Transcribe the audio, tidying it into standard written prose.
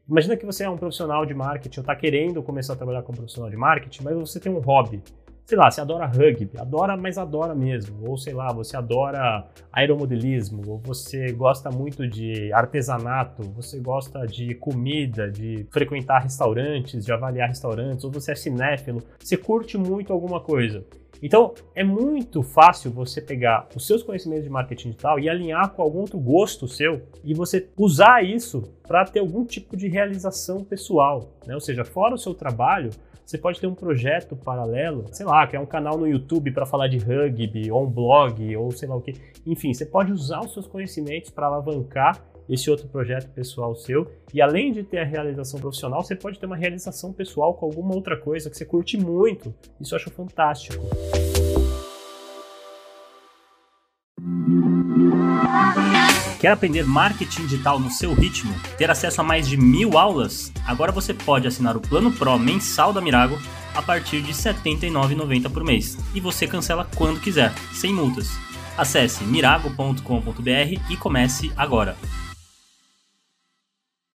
Imagina que você é um profissional de marketing ou está querendo começar a trabalhar como profissional de marketing, mas você tem um hobby. Sei lá, você adora rugby, adora, mas adora mesmo. Ou sei lá, você adora aeromodelismo, ou você gosta muito de artesanato, você gosta de comida, de frequentar restaurantes, de avaliar restaurantes, ou você é cinéfilo, você curte muito alguma coisa. Então, é muito fácil você pegar os seus conhecimentos de marketing digital e alinhar com algum outro gosto seu e você usar isso para ter algum tipo de realização pessoal, né? Ou seja, fora o seu trabalho, você pode ter um projeto paralelo, sei lá, criar um canal no YouTube para falar de rugby, ou um blog, ou sei lá o que. Enfim, você pode usar os seus conhecimentos para alavancar esse outro projeto pessoal seu, e além de ter a realização profissional, você pode ter uma realização pessoal com alguma outra coisa que você curte muito. Isso eu acho fantástico. Quer aprender marketing digital no seu ritmo? Ter acesso a mais de 1000 aulas? Agora você pode assinar o Plano Pro mensal da Mirago a partir de R$ 79,90 por mês. E você cancela quando quiser, sem multas. Acesse mirago.com.br e comece agora.